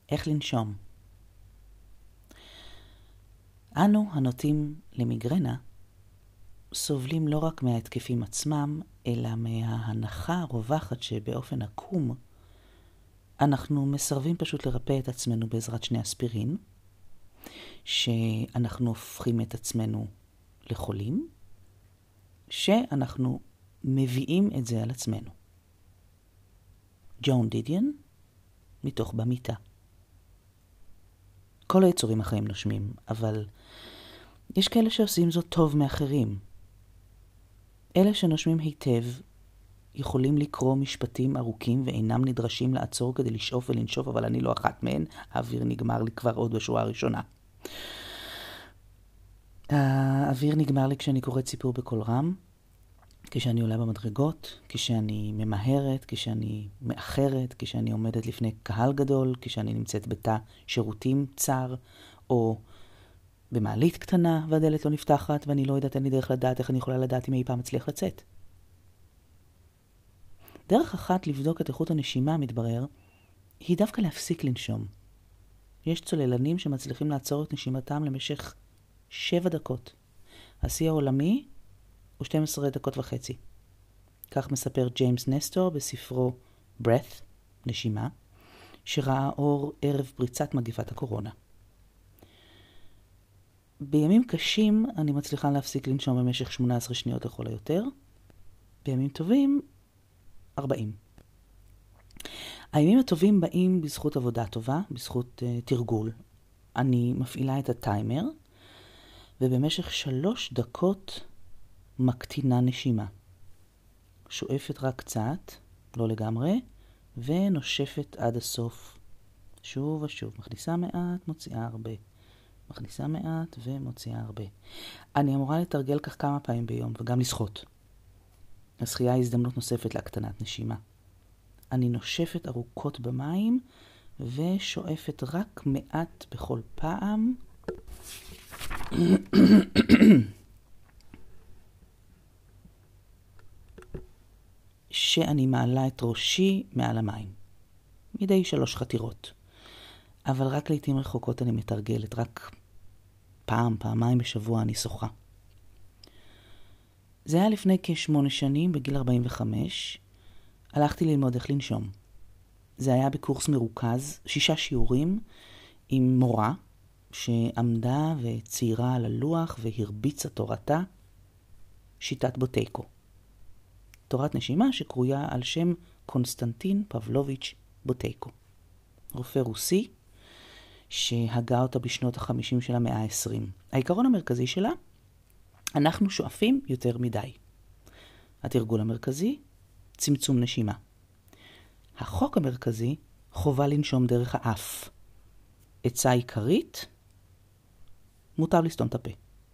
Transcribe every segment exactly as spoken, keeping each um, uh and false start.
איך לנשום. אנו הנוטים למיגרנה סובלים לא רק מההתקפים עצמם, אלא מההנחה הרווחת שבאופן עקום אנחנו מסרבים פשוט לרפא את עצמנו בעזרת שני אספירין, שאנחנו הופכים את עצמנו לחולים, שאנחנו מביאים את זה על עצמנו. ג'ון דידיאן, מתוך במיטה. כל היצורים החיים נושמים, אבל יש כאלה שעושים זאת טוב מאחרים. אלה שנושמים היטב יכולים לקרוא משפטים ארוכים ואינם נדרשים לעצור כדי לשאוף ולנשוף, אבל אני לא אחת מהן. האוויר נגמר לי כבר עוד בשורה הראשונה. האוויר נגמר לי כשאני קוראת סיפור בקול רם, כשאני עולה במדרגות, כשאני ממהרת, כשאני מאחרת, כשאני עומדת לפני קהל גדול, כשאני נמצאת בתא שירותים צר, או במעלית קטנה והדלת לא נפתחת ואני לא יודעת, אין לי דרך לדעת איך אני יכולה לדעת אם אי פעם מצליח לצאת. דרך אחת לבדוק את איכות הנשימה, מתברר, היא דווקא להפסיק לנשום. יש צוללנים שמצליחים לעצור את נשימתם למשך שבע דקות. השיא העולמי הוא שתים עשרה דקות וחצי. כך מספר ג'יימס נסטור בספרו Breath, נשימה, שראה אור ערב פריצת מגפת הקורונה. בימים קשים אני מצליחה להפסיק לנשום במשך שמונה עשרה שניות לכל היותר. בימים טובים, ארבעים. הימים הטובים באים בזכות עבודה טובה, בזכות uh, תרגול. אני מפעילה את הטיימר, ובמשך שלוש דקות מקטינה נשימה. שואפת רק קצת, לא לגמרי, ונושפת עד הסוף. שוב ושוב, מכניסה מעט, מוציאה הרבה. מכניסה מעט ומוציאה הרבה. אני אמורה לתרגל כך כמה פעמים ביום, וגם לשחות. השחייה היא הזדמנות נוספת להקטנת נשימה. אני נושפת ארוכות במים, ושואפת רק מעט בכל פעם. שאני מעלה את ראשי מעל המים. מדי שלוש חתירות. אבל רק לעתים רחוקות אני מתרגלת, רק פעם, פעמיים בשבוע אני שוחה. זה היה לפני כשמונה שנים, בגיל ארבעים וחמש, הלכתי ללמוד איך לנשום. זה היה בקורס מרוכז, שישה שיעורים, עם מורה שעמדה וציירה על הלוח והרביצה תורתה, שיטת בוטייקו. תורת נשימה שקרויה על שם קונסטנטין פבלוביץ' בוטייקו. רופא רוסי שהגה אותה בשנות החמישים של המאה ה-עשרים. העיקרון המרכזי שלה, אנחנו שואפים יותר מדי. התרגול המרכזי, צמצום נשימה. החוק המרכזי, חובה לנשום דרך האף. עצה עיקרית, מותר לסתום את הפה.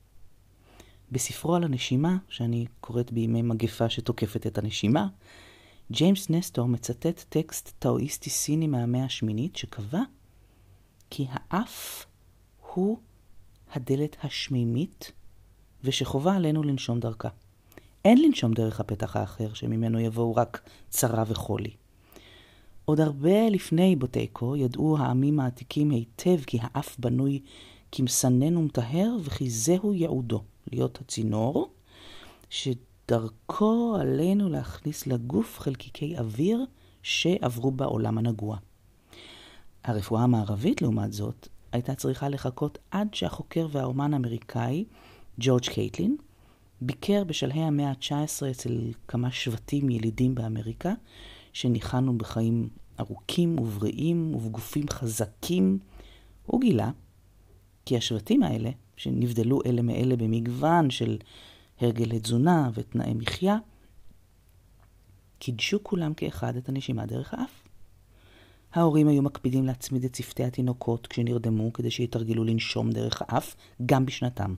בספרו על הנשימה, שאני קוראת בימי מגפה שתוקפת את הנשימה, ג'יימס נסטור מצטט טקסט טאואיסטי סיני מהמאה השמינית שקבע כי האף הוא הדלת השמימית ושחובה עלינו לנשום דרכה. אין לנשום דרך הפתח האחר שממנו יבואו רק צרה וחולי. עוד הרבה לפני בוטייקו ידעו העמים העתיקים היטב כי האף בנוי כמסנן ומטהר וכי זהו יעודו, להיות הצינור שדרכו עלינו להכניס לגוף חלקיקי אוויר שעברו בעולם הנגוע. הרפואה המערבית לעומת זאת הייתה צריכה לחכות עד שהחוקר והאומן האמריקאי ג'ורג' קייטלין ביקר בשלהי המאה ה-תשע עשרה אצל כמה שבטים ילידים באמריקה שניחנו בחיים ארוכים ובריאים ובגופים חזקים. הוא גילה כי השבטים האלה שנבדלו אלה מאלה במגוון של הרגלי תזונה ותנאי מחיה קידשו כולם כאחד את הנשימה דרך האף. ההורים היו מקפידים להצמיד את צוותי התינוקות כשנרדמו כדי שיתרגלו לנשום דרך האף גם בשנתם.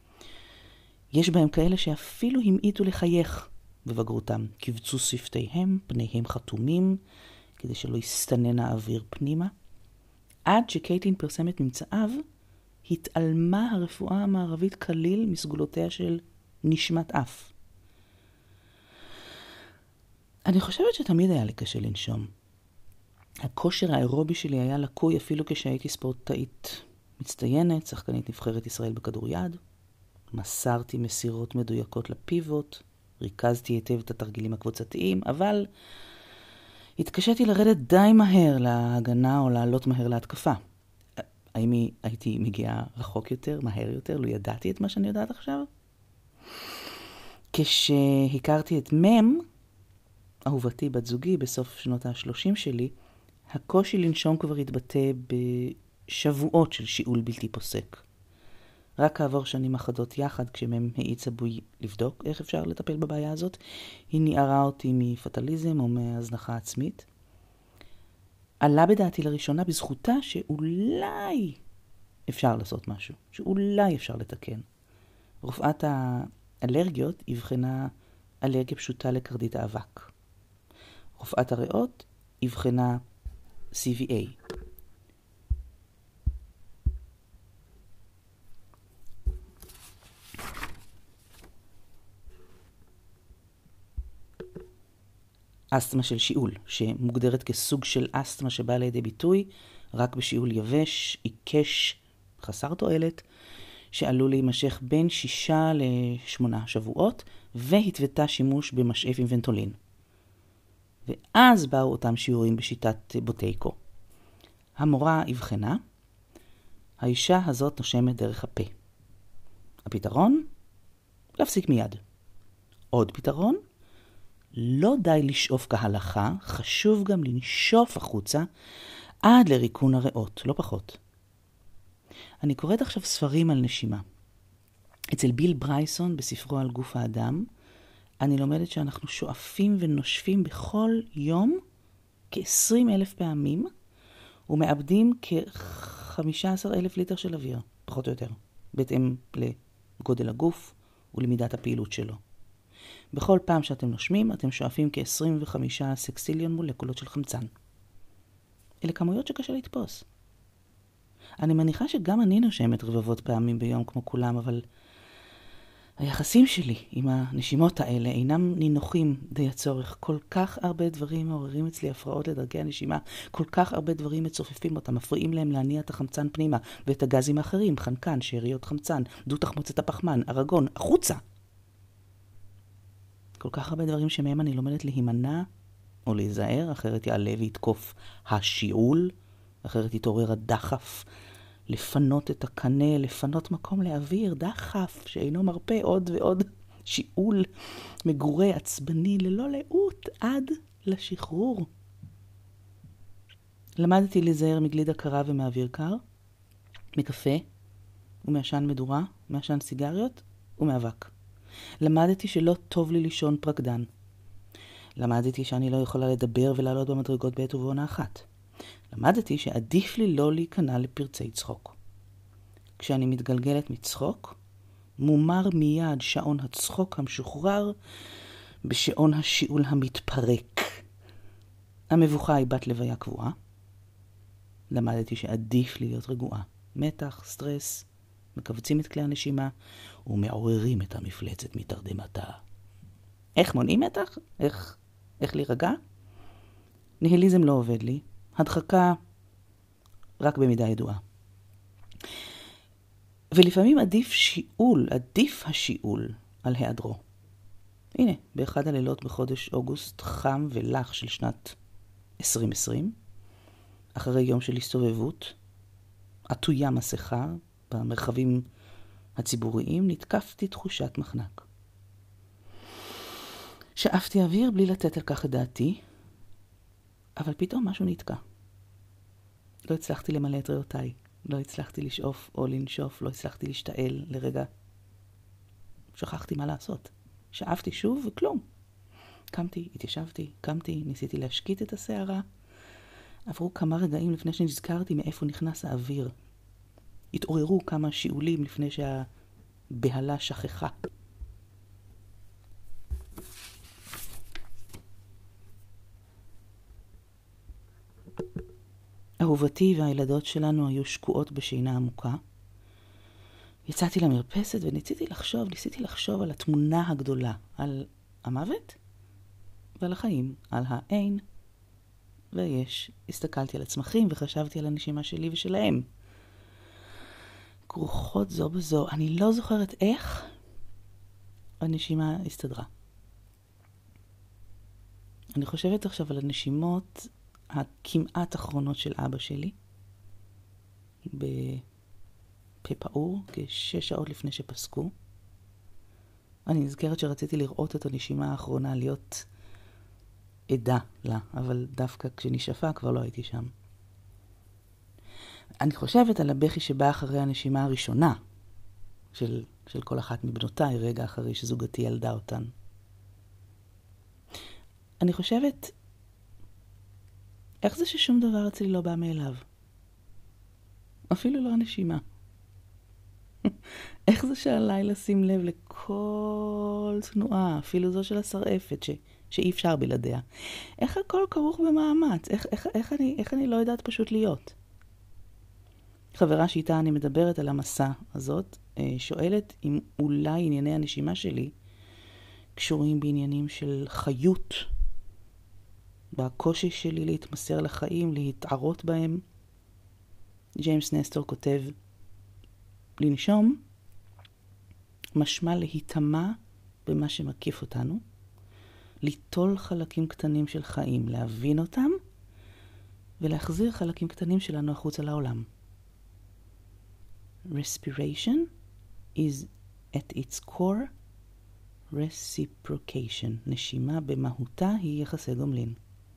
יש בהם כאלה שאפילו המעיטו לחייך בבגרותם, קיבצו שפתיהם, פניהם חתומים, כדי שלא יסתנן האוויר פנימה. עד שקייטלין פרסם את ממצאיו, התעלמה הרפואה המערבית כליל מסגולותיה של נשמת אף. אני חושבת שתמיד היה לי קשה לנשום. הכושר האירובי שלי היה לקוי אפילו כשהייתי ספורטאית מצטיינת, שחקנית נבחרת ישראל בכדוריד. מסרתי מסירות מדויקות לפיבוט, ריכזתי היטב את התרגילים הקבוצתיים, אבל התקשיתי לרדת די מהר להגנה או לעלות מהר להתקפה. האם הייתי מגיעה רחוק יותר, מהר יותר, לא ידעתי את מה שאני יודעת עכשיו? כשהכרתי את מם, אהובתי בת זוגי בסוף שנות ה-שלושים שלי, הקושי לנשום כבר התבטא בשבועות של שיעול בלתי פוסק. רק כעבור שנים אחדות יחד, כשמם העיצה בוי לבדוק איך אפשר לטפל בבעיה הזאת, היא ניערה אותי מפטליזם או מהזנחה עצמית. עלה בדעתי לראשונה בזכותה שאולי אפשר לעשות משהו, שאולי אפשר לתקן. רופאת האלרגיות הבחנה אלרגיה פשוטה לקרדית האבק. רופאת הריאות הבחנה סי וי איי. אסתמה של שיעול, שמוגדרת כסוג של אסתמה שבאה לידי ביטוי רק בשיעול יבש, עיקש, חסר תועלת, שעלול להימשך בין שישה לשמונה שבועות, והתוותה שימוש במשאף עם ונטולין. ואז באו אותם שיעורים בשיטת בוטייקו. המורה הבחנה, האישה הזאת נושמת דרך הפה. הפתרון? להפסיק מיד. עוד פתרון? לא די לשאוף כהלכה, חשוב גם לנשוף החוצה עד לריקון הריאות, לא פחות. אני קוראת עכשיו ספרים על נשימה. אצל ביל ברייסון בספרו על גוף האדם, אני לומדת שאנחנו שואפים ונושפים בכל יום כ-עשרים אלף פעמים, ומאבדים כ-חמישה עשר אלף ליטר של אוויר, פחות או יותר, בהתאם לגודל הגוף ולמידת הפעילות שלו. בכל פעם שאתם נושמים, אתם שואפים כ-עשרים וחמישה סקסיליון מולקולות של חמצן. אלה כמויות שקשה לתפוס. אני מניחה שגם אני נושמת רבבות פעמים ביום כמו כולם, אבל היחסים שלי עם הנשימות האלה אינם נינוחים די הצורך. כל כך הרבה דברים מעוררים אצלי הפרעות לדרכי הנשימה, כל כך הרבה דברים מצופפים אותם, מפריעים להם להניע את החמצן פנימה, ואת הגזים האחרים, חנקן, שאריות חמצן, דו תחמוצת הפחמן, ארגון, החוצה. כל כך הרבה דברים שמהם אני לומדת להימנע או להיזהר, אחרת יעלה ויתקוף השיעול, אחרת יתעורר הדחף, לפנות את הקנה, לפנות מקום לאוויר, דחף שאינו מרפא, עוד ועוד שיעול מגורה עצבני ללא לאות עד לשחרור. למדתי להיזהר מגלידה קרה ומאוויר קר, מקפה ומעשן מדורה, מעשן סיגריות ומאבק. למדתי שלא טוב לי לישון פרקדן. למדתי שאני לא יכולה לדבר ולעלות במדרגות בעת ובעונה אחת. למדתי שעדיף לי לא להיכנע לפרצי צחוק. כשאני מתגלגלת מצחוק, מומר מיד שעון הצחוק המשוחרר בשעון השיעול המתפרק. המבוכה היא בת לוויה קבועה. למדתי שעדיף לי להיות רגועה. מתח, סטרס, מקבצים את כלי הנשימה ומעוררים את המפלצת מתרדמתה. איך מונעים מתח? איך, איך להירגע? ניהיליזם לא עובד לי. הדחקה רק במידה ידועה. ולפעמים עדיף שיעול, עדיף השיעול על היעדרו. הנה, באחד הלילות בחודש אוגוסט חם ולח של שנת עשרים עשרים, אחרי יום של הסתובבות, עטויה מסכה במרחבים הציבוריים, נתקפתי תחושת מחנק. שאפתי אוויר בלי לתת על כך את דעתי, אבל פתאום משהו נתקע. לא הצלחתי למלא את ריאותיי, לא הצלחתי לשאוף או לנשוף, לא הצלחתי להשתעל לרגע. שכחתי מה לעשות. שאפתי שוב וכלום. קמתי, התיישבתי, קמתי, ניסיתי להשקיט את השערה. עברו כמה רגעים לפני שנזכרתי מאיפה נכנס האוויר. התעוררו כמה שיעולים לפני שהבהלה שכחה. אהובתי והילדות שלנו היו שקועות בשינה עמוקה. יצאתי למרפסת וניסיתי לחשוב, ניסיתי לחשוב על התמונה הגדולה, על המוות ועל החיים, על האין ויש. הסתכלתי על הצמחים וחשבתי על הנשימה שלי ושלהם. כרוכות זו בזו. אני לא זוכרת איך הנשימה הסתדרה. אני חושבת עכשיו על הנשימות הכמעט אחרונות של אבא שלי. בפה פעור, כשש שעות לפני שפסקו. אני נזכרת שרציתי לראות את הנשימה האחרונה, להיות עדה לה, אבל דווקא כשנשאפה כבר לא הייתי שם. אני חושבת על הבכי שבא אחרי הנשימה הראשונה של, של כל אחת מבנותיי, רגע אחרי שזוגתי ילדה אותן. אני חושבת, איך זה ששום דבר אצלי לא בא מאליו? אפילו לא הנשימה. איך זה שעליי לשים לב לכל תנועה, אפילו זו של השרעפת, ש... שאי אפשר בלעדיה. איך הכל כרוך במאמץ? איך, איך, איך, אני, איך אני לא יודעת פשוט להיות? חברה שאיתה אני מדברת על המסע הזאת, שואלת אם אולי ענייני הנשימה שלי קשורים בעניינים של חיות, בקושי שלי להתמסר לחיים, להתערות בהם. ג'יימס נסטור כותב, לנשום משמע להיטמע במה שמקיף אותנו, ליטול חלקים קטנים של חיים, להבין אותם ולהחזיר חלקים קטנים שלנו החוצה לעולם. Respiration is at its core reciprocation. נשימה במהותה היא יחסי גומלין.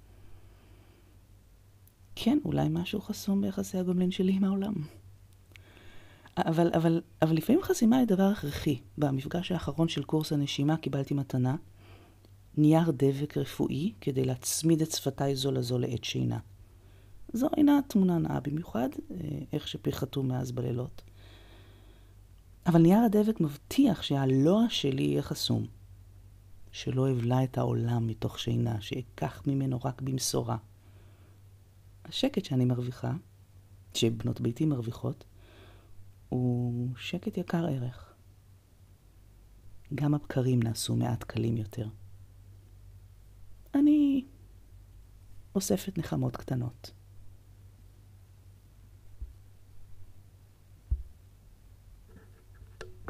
כן, אולי משהו חסום ביחסי הגומלין שלי עם העולם. אבל, אבל, אבל לפעמים חסימה היא דבר הכרחי. במפגש האחרון של קורס הנשימה קיבלתי מתנה, נייר דבק רפואי כדי להצמיד את שפתיי זו לזו לעת שינה. זו אינה תמונה נאה במיוחד, איך שפיחתו מאז בלילות. אבל נייר הדבק מבטיח שהלוע שלי יהיה חסום. שלא אבלה את העולם מתוך שינה, שאקח ממנו רק במשורה. השקט שאני מרוויחה, שבנות ביתי מרוויחות, הוא שקט יקר ערך. גם הבקרים נעשו מעט קלים יותר. אני אוספת נחמות קטנות.